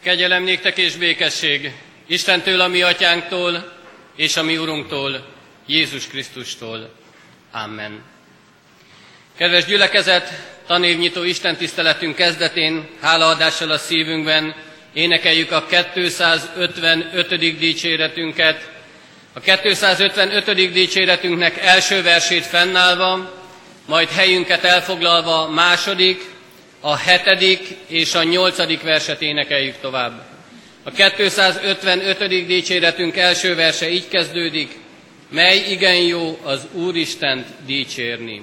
Kegyelem néktek és békesség Istentől, a mi atyánktól, és a mi Urunktól, Jézus Krisztustól. Amen. Kedves gyülekezet, tanévnyitó istentiszteletünk kezdetén hálaadással a szívünkben énekeljük a 255. dicséretünket. A 255. dicséretünknek első versét fennállva, majd helyünket elfoglalva második, a 7. és a 8. verset énekeljük tovább. A 255. dicséretünk első verse így kezdődik: mely igen jó az Úristent dicsérni.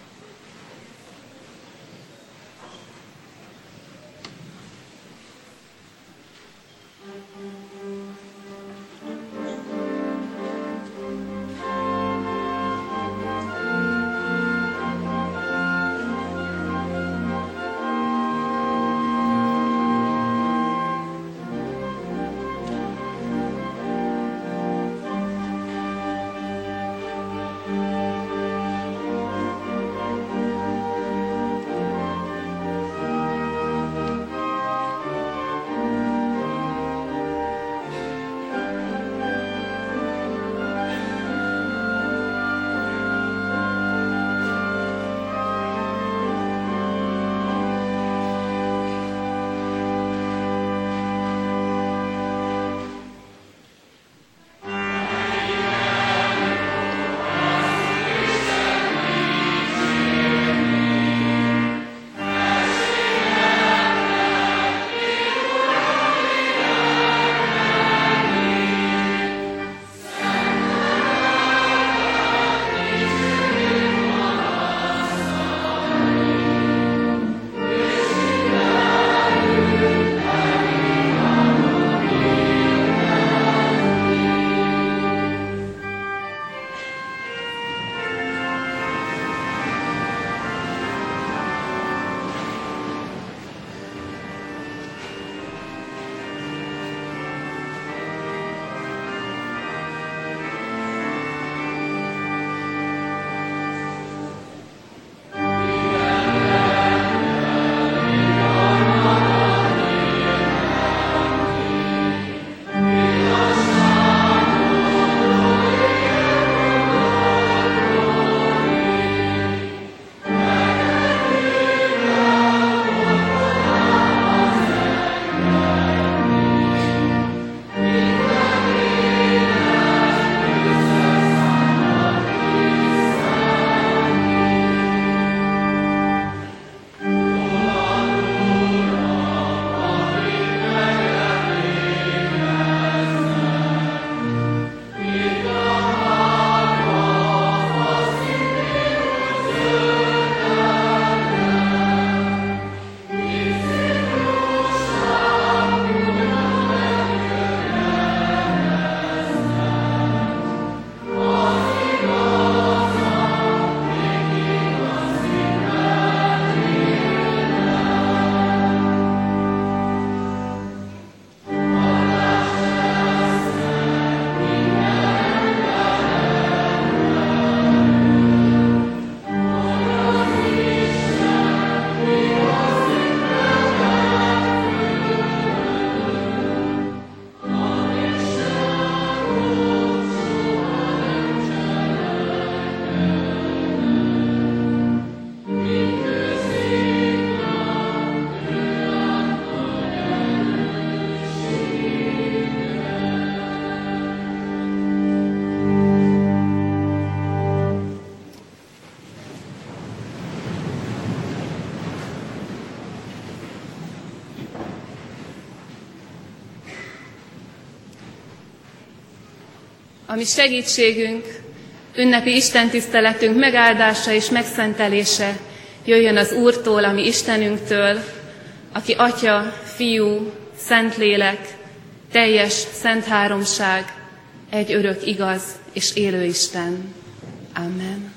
A mi segítségünk, ünnepi istentiszteletünk megáldása és megszentelése jöjjön az Úrtól, a mi Istenünktől, aki Atya, Fiú, Szentlélek, teljes szent háromság, egy örök, igaz és élő Isten. Amen.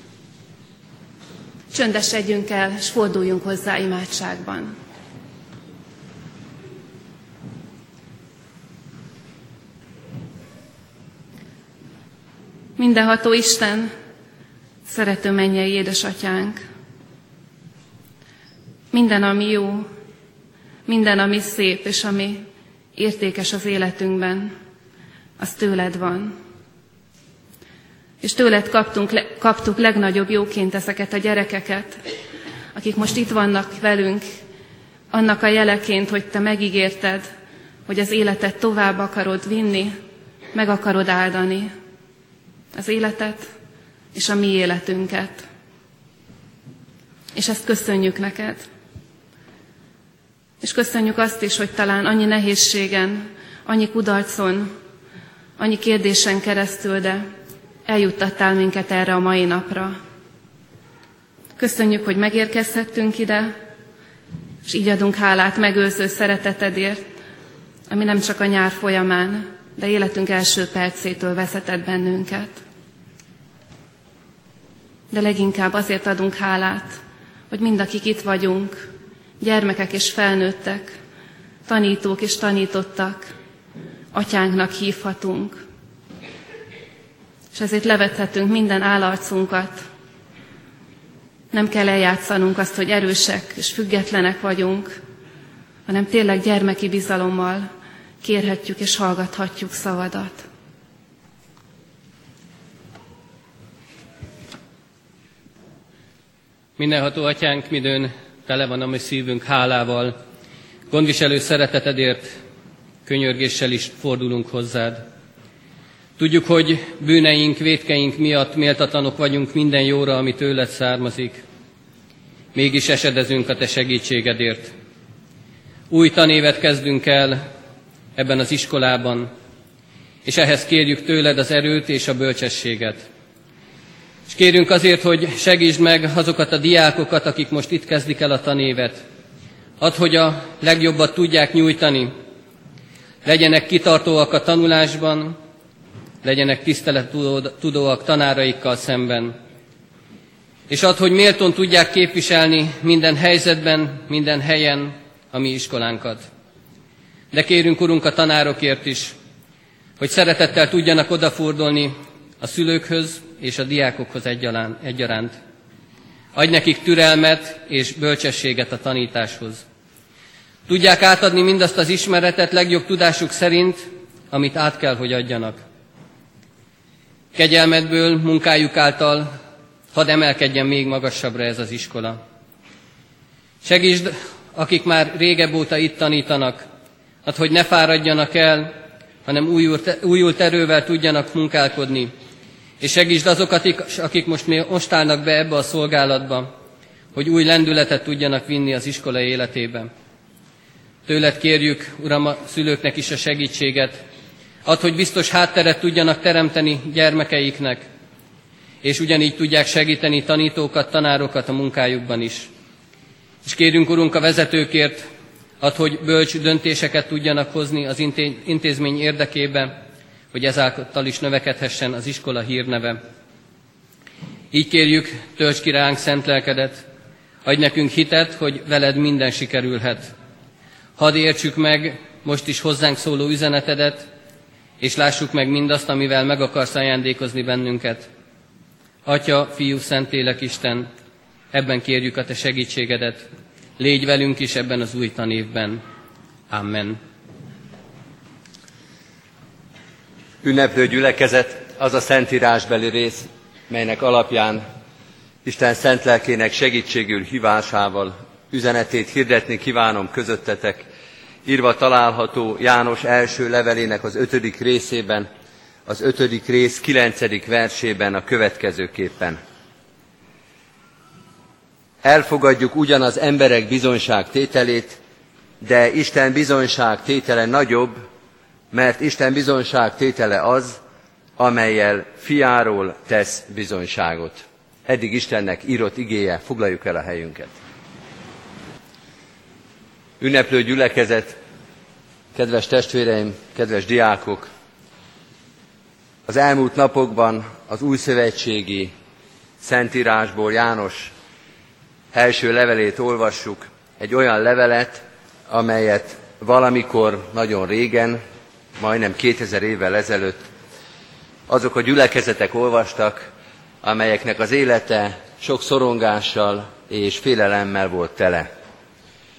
Csöndesedjünk el, és forduljunk hozzá imádságban. Mindenható Isten, szerető mennyei édesatyánk, minden, ami jó, minden, ami szép, és ami értékes az életünkben, az tőled van. És tőled kaptuk legnagyobb jóként ezeket a gyerekeket, akik most itt vannak velünk, annak a jeleként, hogy te megígérted, hogy az életet tovább akarod vinni, meg akarod áldani. Az életet és a mi életünket. És ezt köszönjük neked. És köszönjük azt is, hogy talán annyi nehézségen, annyi kudarcon, annyi kérdésen keresztül, de eljuttattál minket erre a mai napra. Köszönjük, hogy megérkezhettünk ide, és így adunk hálát megőrző szeretetedért, ami nem csak a nyár folyamán, de életünk első percétől vezetett bennünket. De leginkább azért adunk hálát, hogy mind akik itt vagyunk, gyermekek és felnőttek, tanítók és tanítottak, atyánknak hívhatunk. És ezért levethetünk minden állarcunkat. Nem kell eljátszanunk azt, hogy erősek és függetlenek vagyunk, hanem tényleg gyermeki bizalommal kérhetjük és hallgathatjuk szavadat. Mindenható atyánk, midőn tele van a mi szívünk hálával, gondviselő szeretetedért könyörgéssel is fordulunk hozzád. Tudjuk, hogy bűneink, vétkeink miatt méltatlanok vagyunk minden jóra, ami tőled származik. Mégis esedezünk a te segítségedért. Új tanévet kezdünk el ebben az iskolában, és ehhez kérjük tőled az erőt és a bölcsességet. És kérünk azért, hogy segítsd meg azokat a diákokat, akik most itt kezdik el a tanévet. Add, hogy a legjobbat tudják nyújtani. Legyenek kitartóak a tanulásban, legyenek tisztelettudóak tanáraikkal szemben. És add, hogy méltón tudják képviselni minden helyzetben, minden helyen a mi iskolánkat. De kérünk, Urunk, a tanárokért is, hogy szeretettel tudjanak odafordulni a szülőkhöz és a diákokhoz egyaránt. Adj nekik türelmet és bölcsességet a tanításhoz. Tudják átadni mindazt az ismeretet legjobb tudásuk szerint, amit át kell, hogy adjanak. Kegyelmedből, munkájuk által hadd emelkedjen még magasabbra ez az iskola. Segítsd, akik már régebb óta itt tanítanak, add, hogy ne fáradjanak el, hanem újult erővel tudjanak munkálkodni. És segítsd azokat, akik most állnak be ebbe a szolgálatba, hogy új lendületet tudjanak vinni az iskola életébe. Tőled kérjük, Uram, a szülőknek is a segítséget. Add, hogy biztos hátteret tudjanak teremteni gyermekeiknek, és ugyanígy tudják segíteni tanítókat, tanárokat a munkájukban is. És kérünk, Urunk, a vezetőkért, add, hogy bölcs döntéseket tudjanak hozni az intézmény érdekébe, hogy ezáltal is növekedhessen az iskola hírneve. Így kérjük, töltsd ki ránk szent lelkedet, adj nekünk hitet, hogy veled minden sikerülhet. Hadd értsük meg most is hozzánk szóló üzenetedet, és lássuk meg mindazt, amivel meg akarsz ajándékozni bennünket. Atya, Fiú, Szentlélek, Isten, ebben kérjük a te segítségedet. Légy velünk is ebben az új tanévben. Amen. Ünneplő gyülekezet az a szentírásbeli rész, melynek alapján Isten szent lelkének segítségül hívásával üzenetét hirdetni kívánom közöttetek, írva található János első levelének az 5. részében, az 5. rész 9. versében a következőképpen. Elfogadjuk ugyan az emberek bizonyságtételét, de Isten bizonyságtétele nagyobb, mert Isten bizonyságtétele az, amellyel fiáról tesz bizonyságot. Eddig Istennek írott igéje, foglaljuk el a helyünket. Ünneplő gyülekezet, kedves testvéreim, kedves diákok! Az elmúlt napokban az újszövetségi szentírásból János első levelét olvassuk, egy olyan levelet, amelyet valamikor nagyon régen, majdnem 2000 évvel ezelőtt azok a gyülekezetek olvastak, amelyeknek az élete sok szorongással és félelemmel volt tele.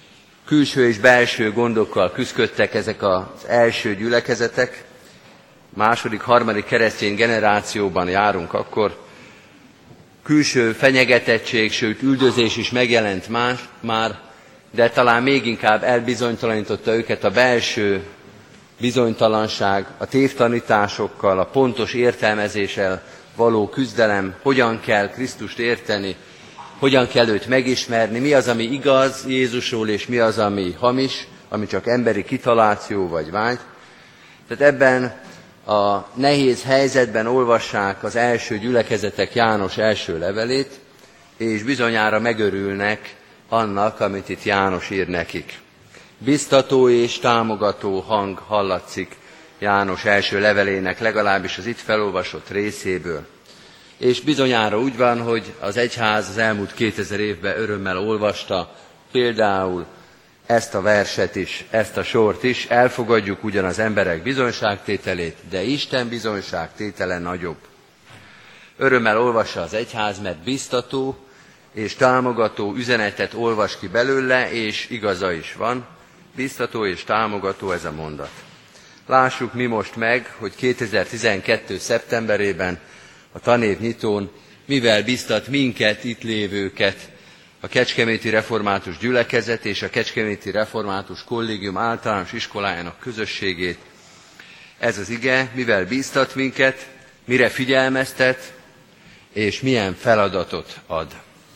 Külső és belső gondokkal küzdöttek ezek az első gyülekezetek. Második, harmadik keresztény generációban járunk akkor. Külső fenyegetettség, sőt üldözés is megjelent már, de talán még inkább elbizonytalanította őket a belső bizonytalanság, a tévtanításokkal, a pontos értelmezéssel való küzdelem, hogyan kell Krisztust érteni, hogyan kell őt megismerni, mi az, ami igaz Jézusról, és mi az, ami hamis, ami csak emberi kitaláció vagy vágy. Tehát ebben a nehéz helyzetben olvassák az első gyülekezetek János első levelét, és bizonyára megörülnek annak, amit itt János ír nekik. Biztató és támogató hang hallatszik János első levelének, legalábbis az itt felolvasott részéből. És bizonyára úgy van, hogy az egyház az elmúlt 2000 évben örömmel olvasta például ezt a verset is, ezt a sort is. Elfogadjuk ugyan az emberek bizonyságtételét, de Isten bizonyságtétele nagyobb. Örömmel olvassa az egyház, mert biztató és támogató üzenetet olvas ki belőle, és igaza is van. Biztató és támogató ez a mondat. Lássuk mi most meg, hogy 2012. szeptemberében a tanévnyitón mivel biztat minket, itt lévőket, a Kecskeméti Református Gyülekezet és a Kecskeméti Református Kollégium általános iskolájának közösségét. Ez az ige, mivel biztat minket, mire figyelmeztet, és milyen feladatot ad.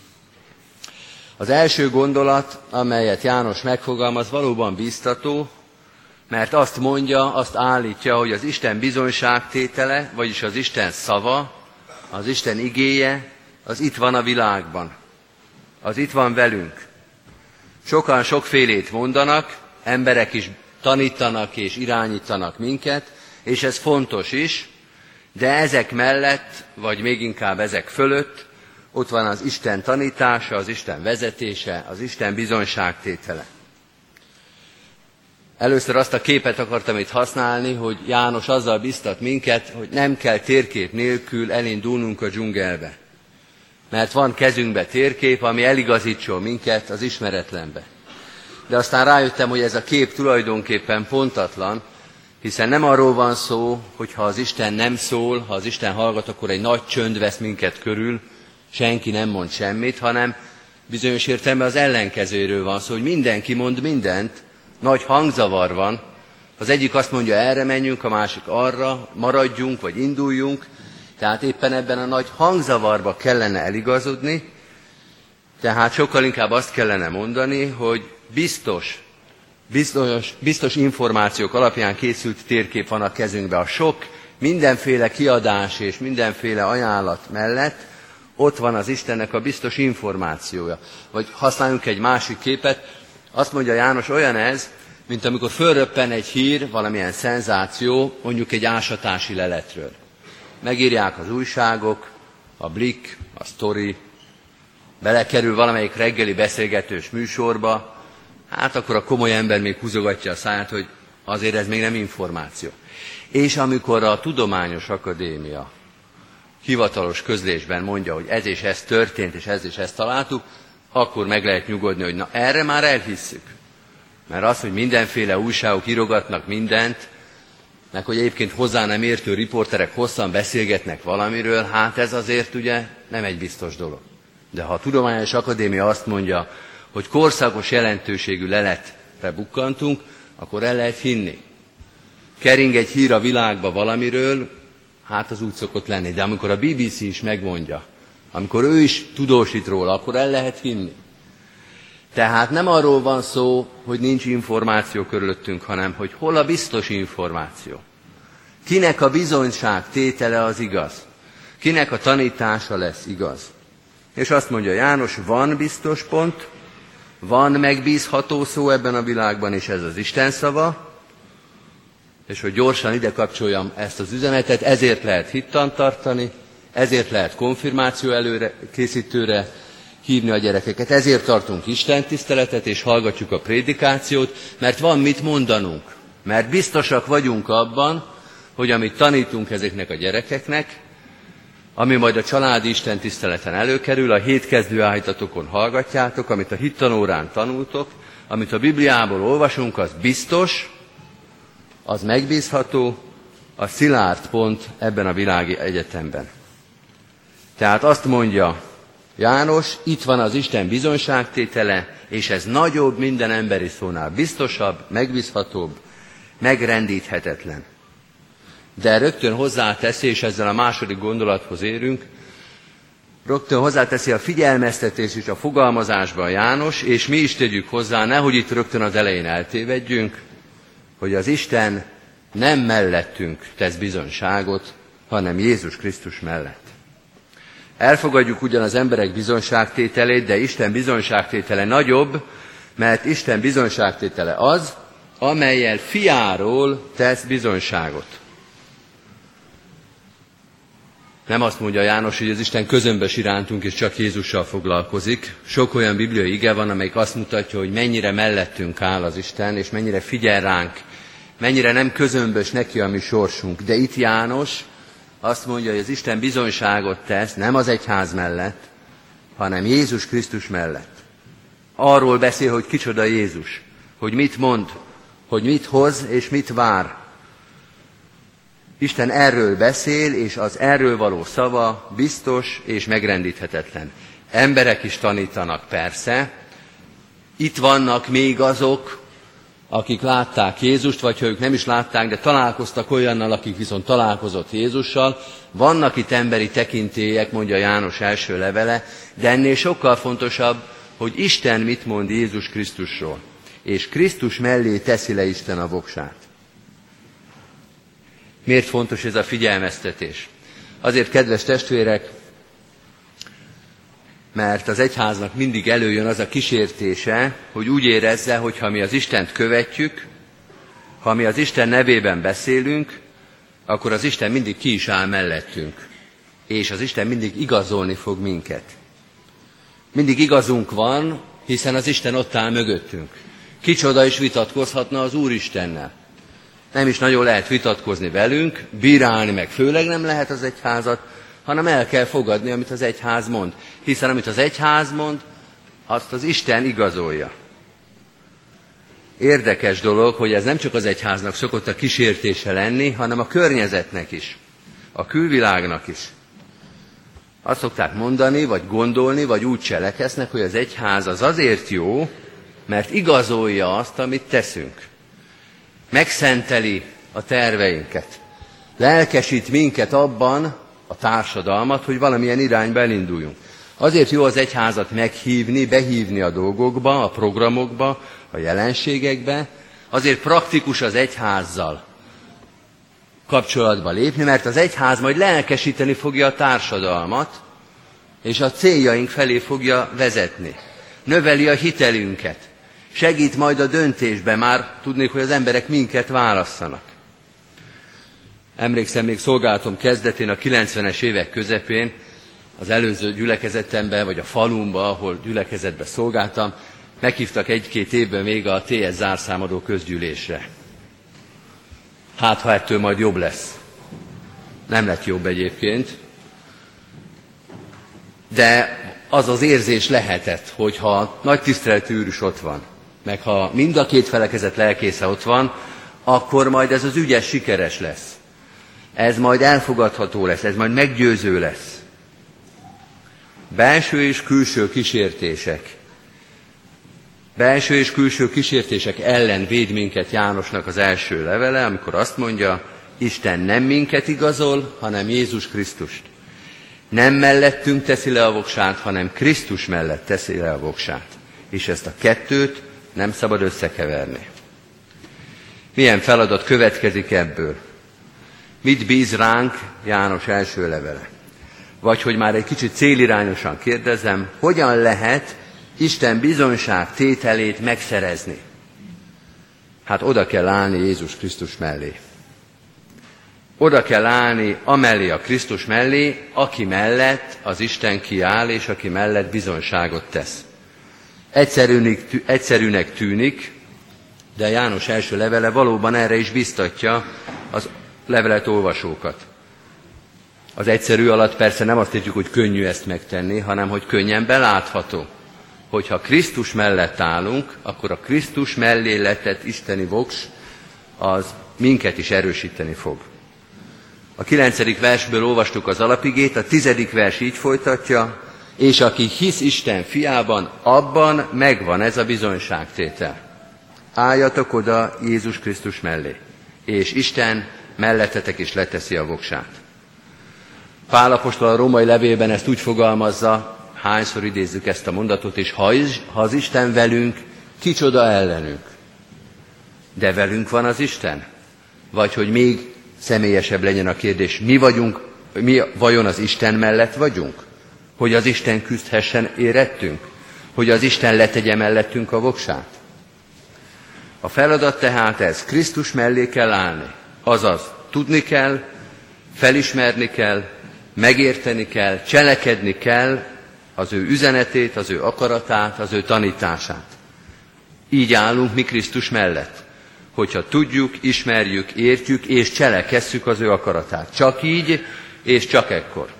Az első gondolat, amelyet János megfogalmaz, valóban biztató, mert azt mondja, azt állítja, hogy az Isten bizonyságtétele, vagyis az Isten szava, az Isten igéje, az itt van a világban. Az itt van velünk. Sokan sokfélét mondanak, emberek is tanítanak és irányítanak minket, és ez fontos is, de ezek mellett, vagy még inkább ezek fölött, ott van az Isten tanítása, az Isten vezetése, az Isten bizonyságtétele. Először azt a képet akartam itt használni, hogy János azzal biztat minket, hogy nem kell térkép nélkül elindulnunk a dzsungelbe. Mert van kezünkbe térkép, ami eligazítson minket az ismeretlenbe. De aztán rájöttem, hogy ez a kép tulajdonképpen pontatlan, hiszen nem arról van szó, hogy ha az Isten nem szól, ha az Isten hallgat, akkor egy nagy csönd vesz minket körül, senki nem mond semmit, hanem bizonyos értelemben az ellenkezőről van szó, hogy mindenki mond mindent, nagy hangzavar van, az egyik azt mondja, erre menjünk, a másik arra, maradjunk, vagy induljunk, tehát éppen ebben a nagy hangzavarba kellene eligazodni, tehát sokkal inkább azt kellene mondani, hogy biztos információk alapján készült térkép van a kezünkben. A sok mindenféle kiadás és mindenféle ajánlat mellett ott van az Istennek a biztos információja. Vagy használjunk egy másik képet, azt mondja János, olyan ez, mint amikor fölröppen egy hír, valamilyen szenzáció, mondjuk egy ásatási leletről. Megírják az újságok, a Blik, a Sztori, belekerül valamelyik reggeli beszélgetős műsorba, hát akkor a komoly ember még húzogatja a száját, hogy azért ez még nem információ. És amikor a Tudományos Akadémia hivatalos közlésben mondja, hogy ez és ez történt, és ezt találtuk, akkor meg lehet nyugodni, hogy na erre már elhisszük. Mert az, hogy mindenféle újságok írogatnak mindent, meg hogy egyébként hozzá nem értő riporterek hosszan beszélgetnek valamiről, hát ez azért ugye nem egy biztos dolog. De ha a Tudományos Akadémia azt mondja, hogy korszakos jelentőségű leletre bukkantunk, akkor el lehet hinni. Kering egy hír a világba valamiről, hát az úgy szokott lenni. De amikor a BBC is megmondja, amikor ő is tudósít róla, akkor el lehet hinni. Tehát nem arról van szó, hogy nincs információ körülöttünk, hanem hogy hol a biztos információ. Kinek a bizonyság tétele az igaz? Kinek a tanítása lesz igaz? És azt mondja János, van biztos pont, van megbízható szó ebben a világban, és ez az Isten szava, és hogy gyorsan ide kapcsoljam ezt az üzenetet, ezért lehet hittant tartani, ezért lehet konfirmáció készítőre hívni a gyerekeket, ezért tartunk istentiszteletet, és hallgatjuk a prédikációt, mert van mit mondanunk, mert biztosak vagyunk abban, hogy amit tanítunk ezeknek a gyerekeknek, ami majd a családi istentiszteleten előkerül, a hétkezdő áhítatokon hallgatjátok, amit a hittanórán tanultok, amit a Bibliából olvasunk, az biztos, az megbízható, az szilárd pont ebben a világi egyetemben. Tehát azt mondja János, itt van az Isten bizonyságtétele, és ez nagyobb minden emberi szónál, biztosabb, megbízhatóbb, megrendíthetetlen. De rögtön hozzáteszi, és ezzel a második gondolathoz érünk, rögtön hozzáteszi a figyelmeztetés is a fogalmazásban János, és mi is tegyük hozzá, nehogy itt rögtön az elején eltévedjünk, hogy az Isten nem mellettünk tesz bizonyságot, hanem Jézus Krisztus mellett. Elfogadjuk ugyan az emberek bizonyságtételét, de Isten bizonyságtétele nagyobb, mert Isten bizonyságtétele az, amellyel fiáról tesz bizonyságot. Nem azt mondja János, hogy az Isten közömbös irántunk és csak Jézussal foglalkozik. Sok olyan bibliai ige van, amelyik azt mutatja, hogy mennyire mellettünk áll az Isten, és mennyire figyel ránk, mennyire nem közömbös neki a mi sorsunk. De itt János azt mondja, hogy az Isten bizonyságot tesz nem az egyház mellett, hanem Jézus Krisztus mellett. Arról beszél, hogy kicsoda Jézus, hogy mit mond, hogy mit hoz és mit vár. Isten erről beszél, és az erről való szava biztos és megrendíthetetlen. Emberek is tanítanak persze. Itt vannak még azok, akik látták Jézust, vagy ha ők nem is látták, de találkoztak olyannal, akik viszont találkozott Jézussal. Vannak itt emberi tekintélyek, mondja János első levele, de ennél sokkal fontosabb, hogy Isten mit mond Jézus Krisztusról. És Krisztus mellé teszi le Isten a voksát. Miért fontos ez a figyelmeztetés? Azért, kedves testvérek, mert az egyháznak mindig előjön az a kísértése, hogy úgy érezze, hogy ha mi az Istent követjük, ha mi az Isten nevében beszélünk, akkor az Isten mindig ki is áll mellettünk. És az Isten mindig igazolni fog minket. Mindig igazunk van, hiszen az Isten ott áll mögöttünk. Kicsoda is vitatkozhatna az Úristennel. Nem is nagyon lehet vitatkozni velünk, bírálni meg főleg nem lehet az egyházat, hanem el kell fogadni, amit az egyház mond. Hiszen amit az egyház mond, azt az Isten igazolja. Érdekes dolog, hogy ez nem csak az egyháznak szokott a kísértése lenni, hanem a környezetnek is, a külvilágnak is. Azt szokták mondani, vagy gondolni, vagy úgy cseleksznek, hogy az egyház az azért jó, mert igazolja azt, amit teszünk. Megszenteli a terveinket. Lelkesít minket abban, a társadalmat, hogy valamilyen irányba elinduljunk. Azért jó az egyházat meghívni, behívni a dolgokba, a programokba, a jelenségekbe. Azért praktikus az egyházzal kapcsolatba lépni, mert az egyház majd lelkesíteni fogja a társadalmat, és a céljaink felé fogja vezetni. Növeli a hitelünket. Segít majd a döntésben, már tudnék, hogy az emberek minket válasszanak. Emlékszem, még szolgálatom kezdetén, a 90-es évek közepén, az előző gyülekezetemben, vagy a falumban, ahol gyülekezetben szolgáltam, meghívtak egy-két évben még a TS zárszámadó közgyűlésre. Hát, ha ettől majd jobb lesz. Nem lett jobb egyébként. De az az érzés lehetett, hogyha nagy tiszteletű úr is ott van, meg ha mind a két felekezet lelkésze ott van, akkor majd ez az ügyes sikeres lesz. Ez majd elfogadható lesz, ez majd meggyőző lesz. Belső és külső kísértések. Belső és külső kísértések ellen véd minket Jánosnak az első levele, amikor azt mondja, Isten nem minket igazol, hanem Jézus Krisztust. Nem mellettünk teszi le a voksát, hanem Krisztus mellett teszi le a voksát. És ezt a kettőt nem szabad összekeverni. Milyen feladat következik ebből? Mit bíz ránk János első levele? Vagy hogy már egy kicsit célirányosan kérdezem, hogyan lehet Isten bizonyság tételét megszerezni? Hát oda kell állni Jézus Krisztus mellé. Oda kell állni amellé a Krisztus mellé, aki mellett az Isten kiáll, és aki mellett bizonyságot tesz. Egyszerűnek tűnik, de János első levele valóban erre is biztatja az levelet olvasókat. Az egyszerű alatt persze nem azt értjük, hogy könnyű ezt megtenni, hanem hogy könnyen belátható. hogyha Krisztus mellett állunk, akkor a Krisztus mellé letett isteni voks, az minket is erősíteni fog. A 9. versből olvastuk az alapigét, a 10. vers így folytatja, és aki hisz Isten fiában, abban megvan ez a bizonyságtétel. Álljatok oda Jézus Krisztus mellé, és Isten mellettetek is leteszi a voksát. Pál apostol a római levélben ezt úgy fogalmazza, hányszor idézzük ezt a mondatot, és ha az Isten velünk, kicsoda ellenünk. De velünk van az Isten? Vagy hogy még személyesebb legyen a kérdés, mi vajon az Isten mellett vagyunk? Hogy az Isten küzdhessen érettünk? Hogy az Isten letegye mellettünk a voksát? A feladat tehát ez, Krisztus mellé kell állni. Azaz, tudni kell, felismerni kell, megérteni kell, cselekedni kell az ő üzenetét, az ő akaratát, az ő tanítását. Így állunk mi Krisztus mellett, hogyha tudjuk, ismerjük, értjük és cselekesszük az ő akaratát. Csak így és csak ekkor.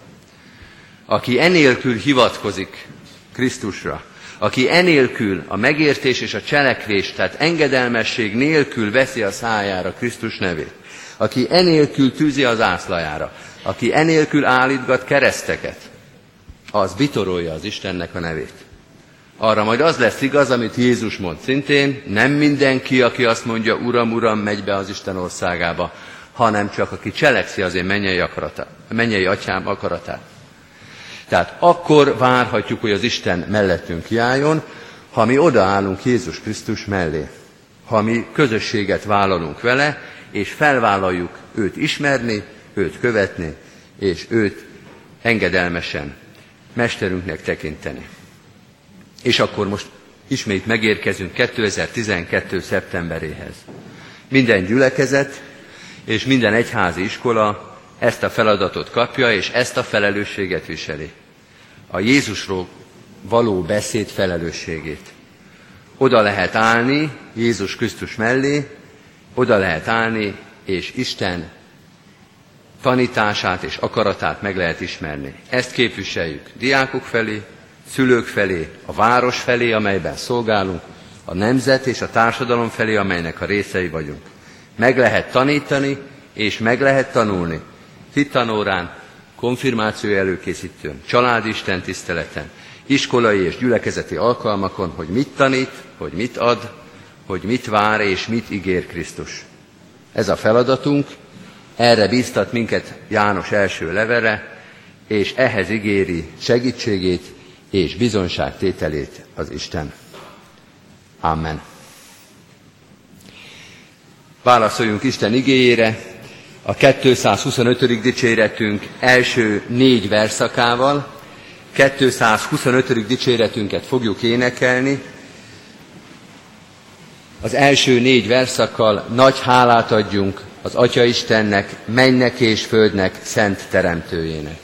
Aki enélkül hivatkozik Krisztusra, aki enélkül a megértés és a cselekvés, tehát engedelmesség nélkül veszi a szájára Krisztus nevét, aki enélkül tűzi az ászlajára, aki enélkül állítgat kereszteket, az bitorolja az Istennek a nevét. Arra majd az lesz igaz, amit Jézus mond szintén, nem mindenki, aki azt mondja, Uram, Uram, megy be az Isten országába, hanem csak aki cselekszi az én mennyei atyám akaratát. Tehát akkor várhatjuk, hogy az Isten mellettünk kiálljon, ha mi odaállunk Jézus Krisztus mellé, ha mi közösséget vállalunk vele, és felvállaljuk őt ismerni, őt követni, és őt engedelmesen mesterünknek tekinteni. És akkor most ismét megérkezünk 2012. szeptemberéhez. Minden gyülekezet és minden egyházi iskola ezt a feladatot kapja, és ezt a felelősséget viseli. A Jézusról való beszéd felelősségét. Oda lehet állni Jézus Krisztus mellé, oda lehet állni, és Isten tanítását és akaratát meg lehet ismerni. Ezt képviseljük diákok felé, szülők felé, a város felé, amelyben szolgálunk, a nemzet és a társadalom felé, amelynek a részei vagyunk. Meg lehet tanítani, és meg lehet tanulni. Hittanórán, konfirmáció előkészítőn, családi istentiszteleten, iskolai és gyülekezeti alkalmakon, hogy mit tanít, hogy mit ad, hogy mit vár és mit ígér Krisztus. Ez a feladatunk, erre bíztat minket János első levele, és ehhez ígéri segítségét és bizonyságtételét az Isten. Amen. Válaszoljunk Isten igéjére a 225. dicséretünk első 4 verszakával. 225. dicséretünket fogjuk énekelni. Az első 4 verszakkal nagy hálát adjunk az Atya Istennek, mennynek és földnek szent teremtőjének.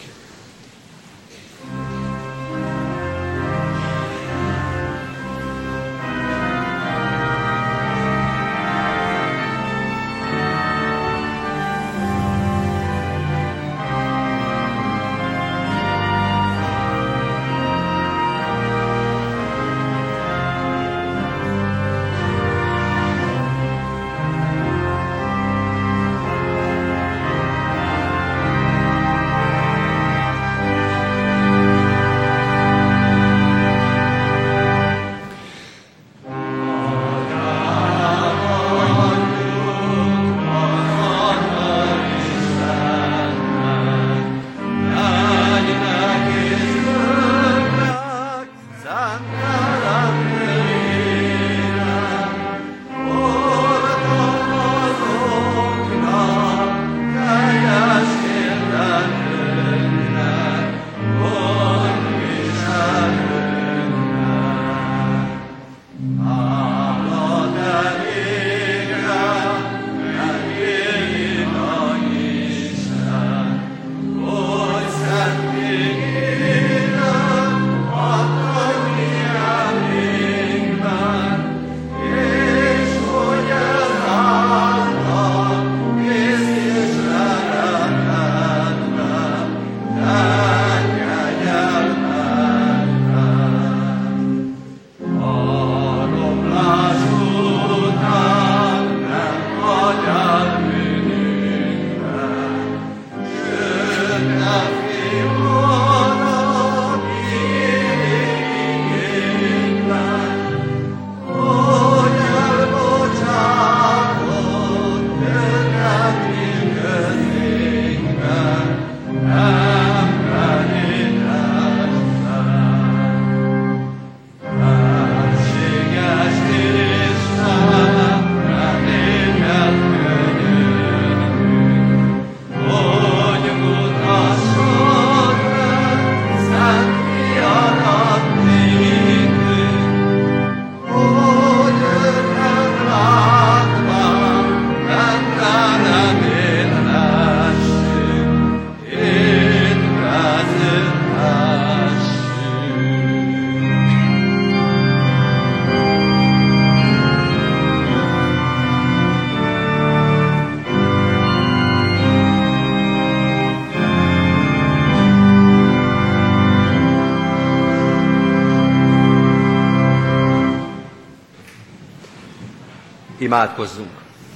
Imádkozzunk!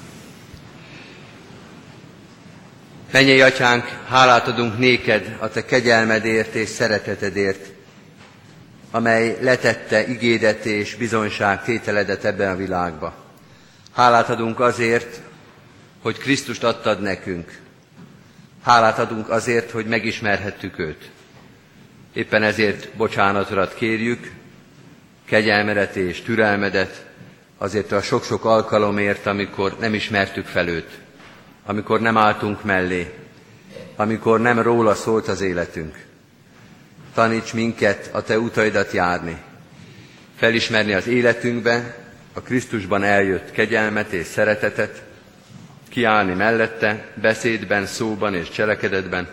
Mennyei Atyánk, hálát adunk néked a te kegyelmedért és szeretetedért, amely letette igédet és bizonyságtételedet ebben a világba. Hálát adunk azért, hogy Krisztust adtad nekünk. Hálát adunk azért, hogy megismerhettük őt. Éppen ezért bocsánatodat kérjük, kegyelmedet és türelmedet, azért a sok-sok alkalomért, amikor nem ismertük fel őt, amikor nem álltunk mellé, amikor nem róla szólt az életünk. Taníts minket a te utaidat járni, felismerni az életünkbe a Krisztusban eljött kegyelmet és szeretetet, kiállni mellette, beszédben, szóban és cselekedetben,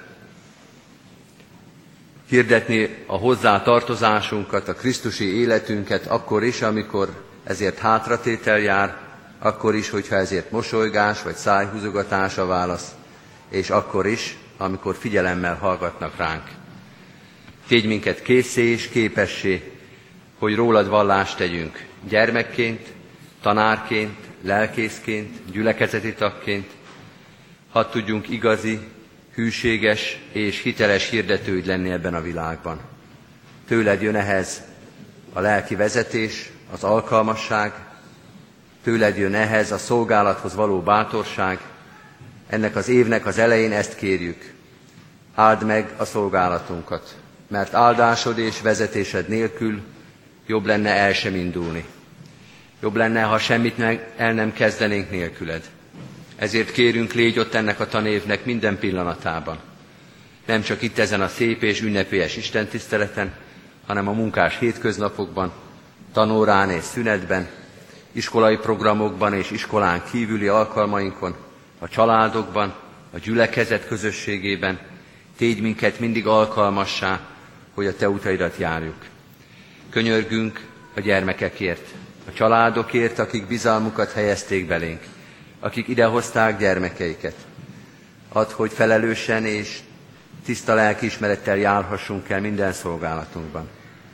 hirdetni a hozzá tartozásunkat, a krisztusi életünket akkor is, amikor ezért hátratétel jár, akkor is, hogyha ezért mosolygás vagy szájhúzogatás a válasz, és akkor is, amikor figyelemmel hallgatnak ránk. Tégy minket készé és képessé, hogy rólad vallást tegyünk gyermekként, tanárként, lelkészként, gyülekezeti tagként, hadd tudjunk igazi, hűséges és hiteles hirdetőid lenni ebben a világban. Tőled jön ehhez a lelki vezetés, az alkalmasság, tőled jön ehhez a szolgálathoz való bátorság. Ennek az évnek az elején ezt kérjük. Áld meg a szolgálatunkat, mert áldásod és vezetésed nélkül jobb lenne el sem indulni. Jobb lenne, ha semmit el nem kezdenénk nélküled. Ezért kérünk, légy ott ennek a tanévnek minden pillanatában. Nem csak itt ezen a szép és ünnepélyes istentiszteleten, hanem a munkás hétköznapokban, tanórán és szünetben, iskolai programokban és iskolán kívüli alkalmainkon, a családokban, a gyülekezet közösségében. Tégy minket mindig alkalmassá, hogy a te utaidat járjuk. Könyörgünk a gyermekekért, a családokért, akik bizalmukat helyezték belénk, akik idehozták gyermekeiket. Add, hogy felelősen és tiszta lelkiismerettel járhassunk el minden szolgálatunkban.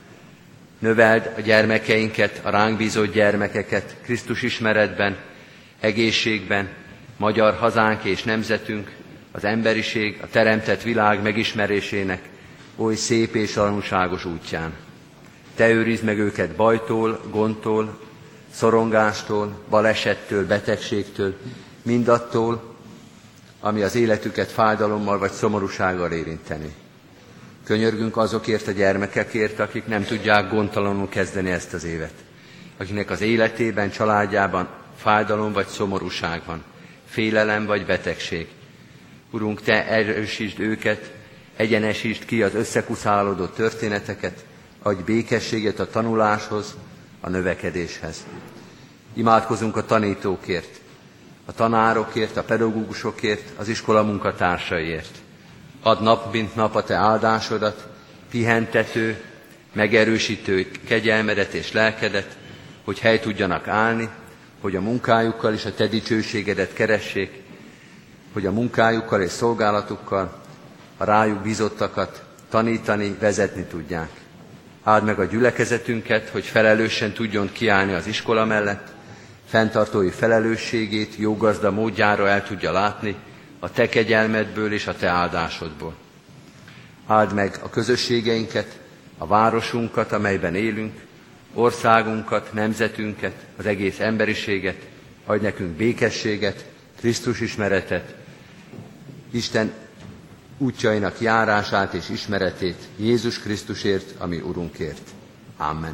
Növeld a gyermekeinket, a ránk bízott gyermekeket Krisztus ismeretben, egészségben, magyar hazánk és nemzetünk, az emberiség, a teremtett világ megismerésének oly szép és aranyúságos útján. Te őrizd meg őket bajtól, gondtól, szorongástól, balesettől, betegségtől, mindattól, ami az életüket fájdalommal vagy szomorúsággal érinteni. Könyörgünk azokért a gyermekekért, akik nem tudják gondtalanul kezdeni ezt az évet, akiknek az életében, családjában fájdalom vagy szomorúság van, félelem vagy betegség. Urunk, te erősítsd őket, egyenesítsd ki az összekuszálódott történeteket, adj békességet a tanuláshoz, a növekedéshez. Imádkozunk a tanítókért, a tanárokért, a pedagógusokért, az iskola munkatársaiért. Add nap mint nap a te áldásodat, pihentető, megerősítő kegyelmedet és lelkedet, hogy hely tudjanak állni, hogy a munkájukkal és a te dicsőségedet keressék, hogy a munkájukkal és szolgálatukkal a rájuk bízottakat tanítani, vezetni tudják. Áld meg a gyülekezetünket, hogy felelősen tudjon kiállni az iskola mellett, fenntartói felelősségét jó gazda módjára el tudja látni, a te kegyelmedből és a te áldásodból. Áld meg a közösségeinket, a városunkat, amelyben élünk, országunkat, nemzetünket, az egész emberiséget, adj nekünk békességet, Krisztus ismeretet, Isten útjainak járását és ismeretét Jézus Krisztusért, ami Urunkért. Amen.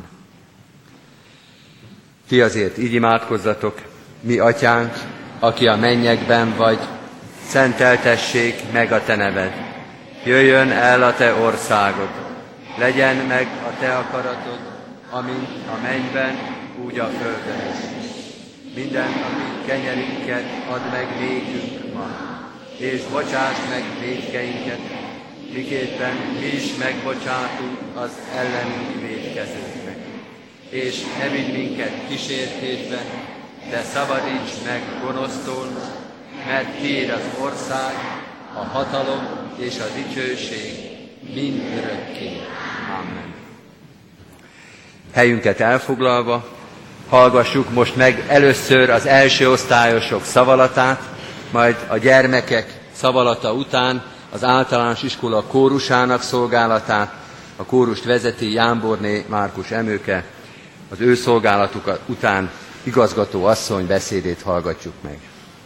Ti azért így imádkozzatok: mi atyánk, aki a mennyekben vagy, szenteltessék meg a te neved. Jöjjön el a te országod. Legyen meg a te akaratod, amint a mennyben, úgy a földön is. Minden napi kenyerünket add meg nékünk ma, és bocsáss meg vétkeinket, miképpen mi is megbocsátunk az ellenünk vétkezőknek. És ne vigy minket kísértésbe, de szabadíts meg gonosztól, mert tiéd az ország, a hatalom és a dicsőség mind örökké. Amen. Helyünket elfoglalva, hallgassuk most meg először az első osztályosok szavalatát, majd a gyermekek szavalata után az általános iskola kórusának szolgálatát, a kórust vezeti Jámborné Márkus Emőke, az ő szolgálatuk után igazgató asszony beszédét hallgatjuk meg.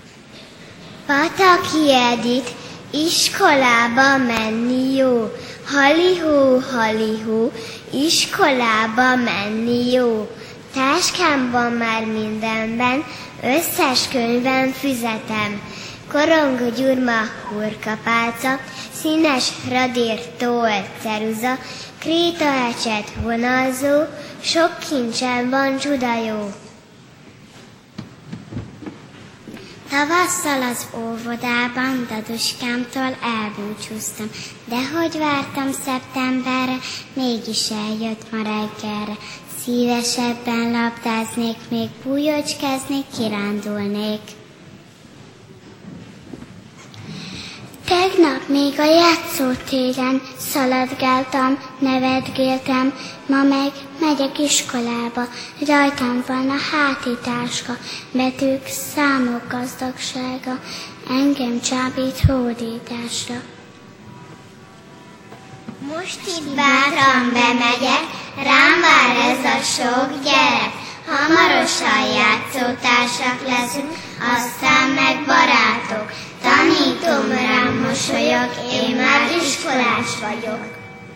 Pataki Edith, iskolába menni jó, halihó, halihó, iskolába menni jó. Táskámban már mindenben, összes könyvem füzetem. Korong, gyurma, hurkapálca, színes radír, toll, ceruza, kréta, ecset, vonalzó, sok kincsem van, csuda jó. Tavasszal az óvodában daduskámtól elbúcsúztam, de hogy vártam szeptemberre, mégis eljött ma reggelre. Szívesebben labdáznék, még bújócskázni, kirándulnék. Tegnap még a játszótéren szaladgáltam, nevetgéltem, ma meg megyek iskolába, rajtam van a hátitáska, betűk, számok gazdagsága, engem csábít hódításra. Most itt bátran bemegyek, rám vár ez a sok gyerek, hamarosan játszótársak leszünk, aztán meg barátok. Tanítom rám mosolyog, én már iskolás vagyok.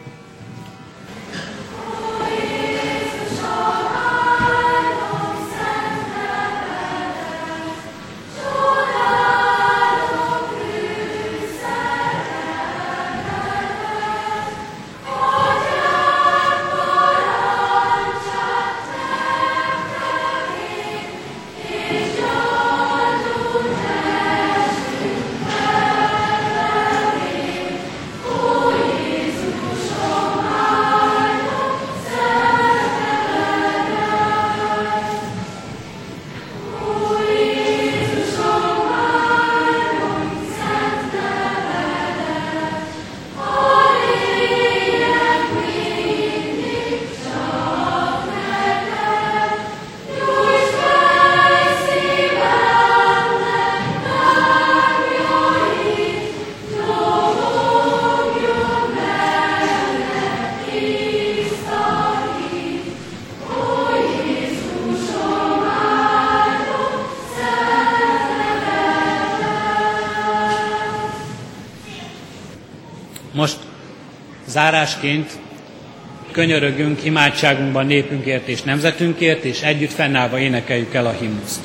Most zárásként könyörögünk imádságunkban népünkért és nemzetünkért, és együtt fennállva énekeljük el a himnuszt.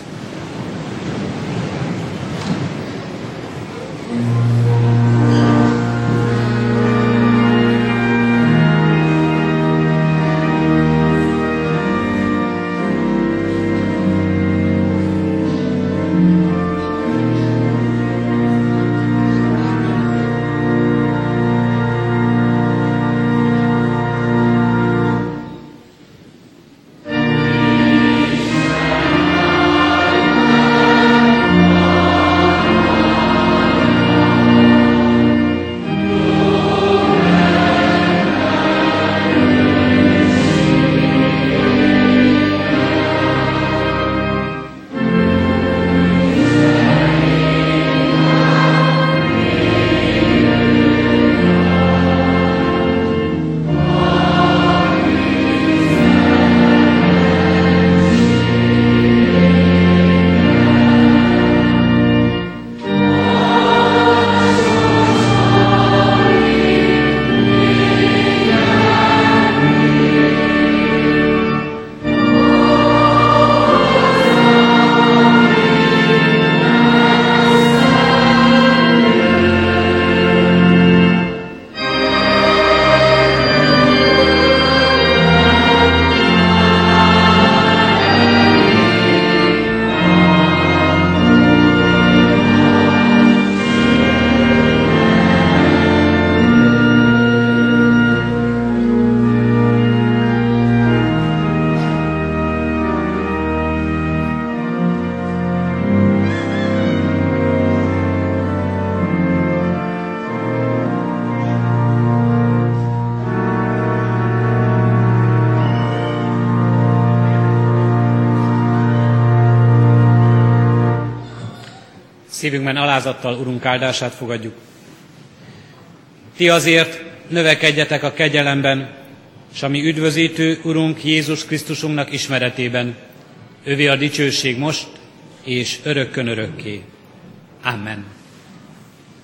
Szívünkben alázattal Urunk áldását fogadjuk. Ti azért növekedjetek a kegyelemben, s a mi üdvözítő Urunk Jézus Krisztusunknak ismeretében. Övé a dicsőség most és örökkön örökké. Amen.